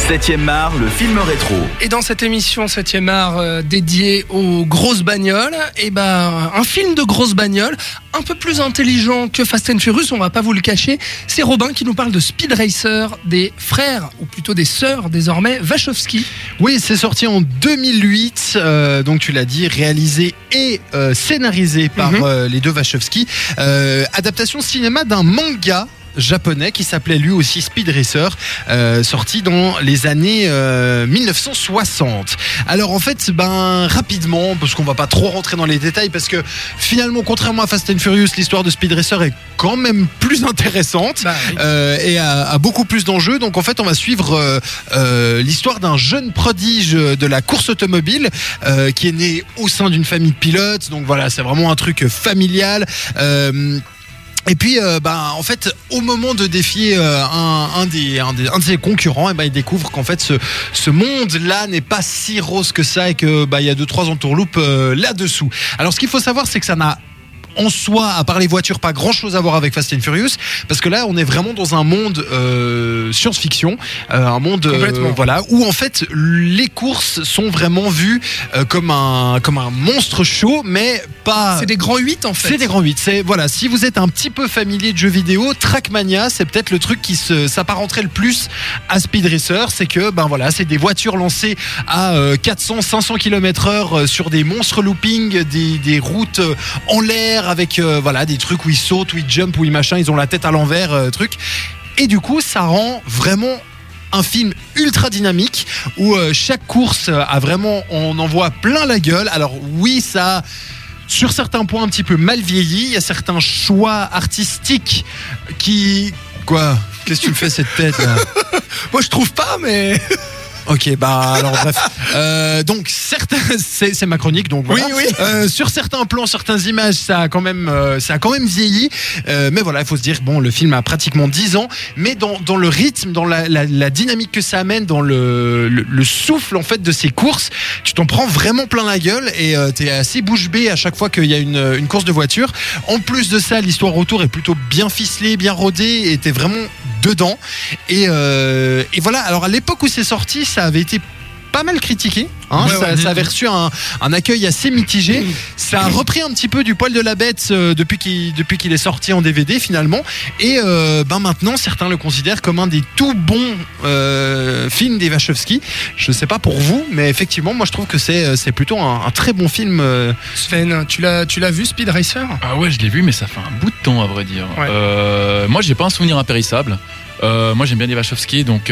7e art, le film rétro. Et dans cette émission 7e art dédiée aux grosses bagnoles, un film de grosses bagnoles, un peu plus intelligent que Fast and Furious, on va pas vous le cacher. C'est Robin qui nous parle de Speed Racer des frères, ou plutôt des sœurs désormais, Wachowski. Oui, c'est sorti en 2008, donc tu l'as dit, réalisé et scénarisé par les deux Wachowski. Adaptation cinéma d'un manga japonais qui s'appelait lui aussi Speed Racer, sorti dans les années 1960. Alors en fait, rapidement, parce qu'on va pas trop rentrer dans les détails, parce que finalement, contrairement à Fast and Furious, l'histoire de Speed Racer est quand même plus intéressante et a beaucoup plus d'enjeux. Donc en fait, on va suivre l'histoire d'un jeune prodige de la course automobile qui est né au sein d'une famille de pilotes. Donc voilà, c'est vraiment un truc familial. Et puis, en fait, au moment de défier un de ses concurrents, il découvre qu'en fait, ce monde-là n'est pas si rose que ça et que il y a 2-3 entourloupes là-dessous. Alors, ce qu'il faut savoir, c'est que ça n'a en soi, à part les voitures, pas grand chose à voir avec Fast and Furious, parce que là on est vraiment dans un monde science-fiction, un monde où en fait les courses sont vraiment vues comme un monstre show, mais pas. C'est des grands 8 en fait. C'est des grands 8. Si vous êtes un petit peu familier de jeux vidéo, Trackmania, c'est peut-être le truc qui s'apparenterait le plus à Speed Racer, c'est que c'est des voitures lancées à 400-500 km/h sur des monstres looping, des routes en l'air, avec des trucs où ils sautent, où ils jumpent, où ils ont la tête à l'envers, et du coup ça rend vraiment un film ultra dynamique où chaque course on en voit plein la gueule. Alors oui, ça sur certains points un petit peu mal vieilli, il y a certains choix artistiques qui... Quoi ? Qu'est-ce que tu me fais cette tête là ? Moi je trouve pas, mais... Ok, alors bref. Donc certains, c'est ma chronique, donc voilà. Oui. Sur certains plans, certaines images, ça a quand même vieilli. Mais voilà, il faut se dire, le film a pratiquement 10 ans, mais dans le rythme, dans la dynamique que ça amène, dans le souffle en fait de ces courses, tu t'en prends vraiment plein la gueule et t'es assez bouche bée à chaque fois qu'il y a une course de voiture. En plus de ça, l'histoire autour est plutôt bien ficelée, bien rodée, et t'es vraiment dedans. Et voilà. Alors à l'époque où c'est sorti, ça avait été pas mal critiqué, ça avait reçu un accueil assez mitigé. Ça a repris un petit peu du poil de la bête depuis qu'il est sorti en DVD finalement. Et maintenant, certains le considèrent comme un des tout bons films des Wachowski. Je sais pas pour vous, mais effectivement, moi je trouve que c'est plutôt un très bon film. Sven, tu l'as vu Speed Racer ? Ah ouais, je l'ai vu, mais ça fait un bout de temps à vrai dire. Ouais. Moi, j'ai pas un souvenir impérissable. Moi, j'aime bien les Wachowski, donc.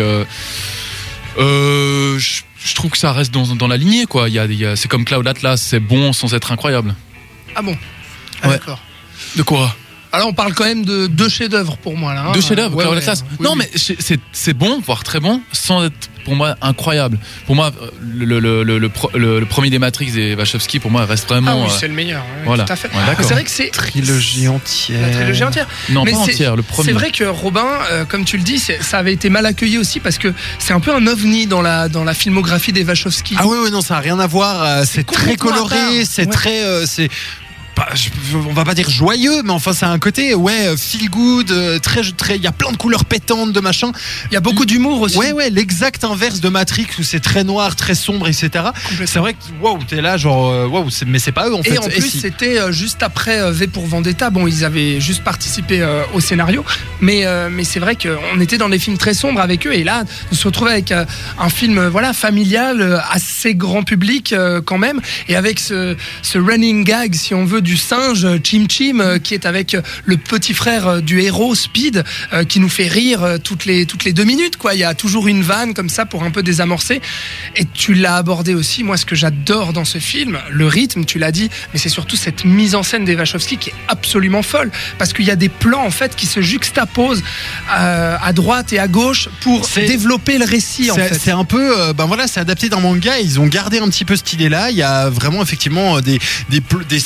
Je trouve que ça reste dans la lignée, quoi. C'est comme Cloud Atlas, c'est bon sans être incroyable. Ah bon ? D'accord. De quoi ? Alors on parle quand même de 2 chefs-d'œuvre pour moi là. 2 chefs-d'œuvre, Cloud Atlas. Non, mais c'est bon, voire très bon, sans être pour moi incroyable. Pour moi, le premier des Matrix des Wachowski, pour moi, reste vraiment. Ah oui, c'est le meilleur. Voilà. Tout à fait. Ouais, c'est vrai que c'est trilogie entière. La trilogie entière. Non, mais pas entière. Le premier. C'est vrai que Robin, comme tu le dis, ça avait été mal accueilli aussi parce que c'est un peu un ovni dans la filmographie des Wachowski. Ah oui, non, ça a rien à voir. C'est très coloré, c'est très, on va pas dire joyeux, mais enfin c'est un côté feel good, très il y a plein de couleurs pétantes, de machin. Il y a beaucoup d'humour aussi. Ouais, l'exact inverse de Matrix où c'est très noir, très sombre, etc. C'est vrai que t'es là genre mais c'est pas eux en fait. Et en plus c'était juste après V pour Vendetta. Bon, ils avaient juste participé au scénario, mais c'est vrai qu'on était dans des films très sombres avec eux, et là on se retrouve avec un film familial, assez grand public quand même, et avec ce running gag, si on veut, du singe Chim Chim qui est avec le petit frère du héros Speed qui nous fait rire toutes les 2 minutes, quoi. Il y a toujours une vanne comme ça pour un peu désamorcer, et tu l'as abordé aussi. Moi, ce que j'adore dans ce film, le rythme, tu l'as dit, mais c'est surtout cette mise en scène des Wachowski qui est absolument folle, parce qu'il y a des plans en fait qui se juxtaposent à droite et à gauche pour développer le récit en fait. C'est un peu c'est adapté d'un manga, ils ont gardé un petit peu cette idée là. Il y a vraiment effectivement des scènes où les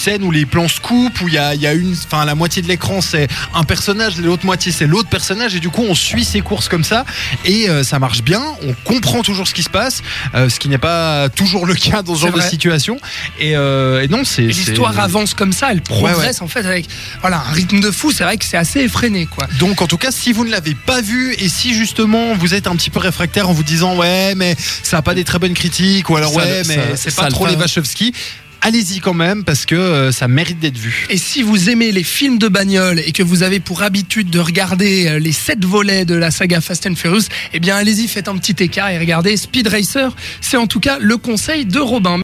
plans scoop où il y a la moitié de l'écran c'est un personnage, l'autre moitié c'est l'autre personnage, et du coup on suit ces courses comme ça, et ça marche bien. On comprend toujours ce qui se passe, ce qui n'est pas toujours le cas dans ce genre de situation. Et non, l'histoire avance comme ça, elle progresse en fait avec un rythme de fou. C'est vrai que c'est assez effréné, quoi. Donc en tout cas, si vous ne l'avez pas vu, et si justement vous êtes un petit peu réfractaire en vous disant ouais mais ça a pas des très bonnes critiques, ou alors c'est pas trop les Wachowski, allez-y quand même, parce que ça mérite d'être vu. Et si vous aimez les films de bagnole et que vous avez pour habitude de regarder les 7 volets de la saga Fast and Furious, eh bien allez-y, faites un petit écart et regardez Speed Racer. C'est en tout cas le conseil de Robin.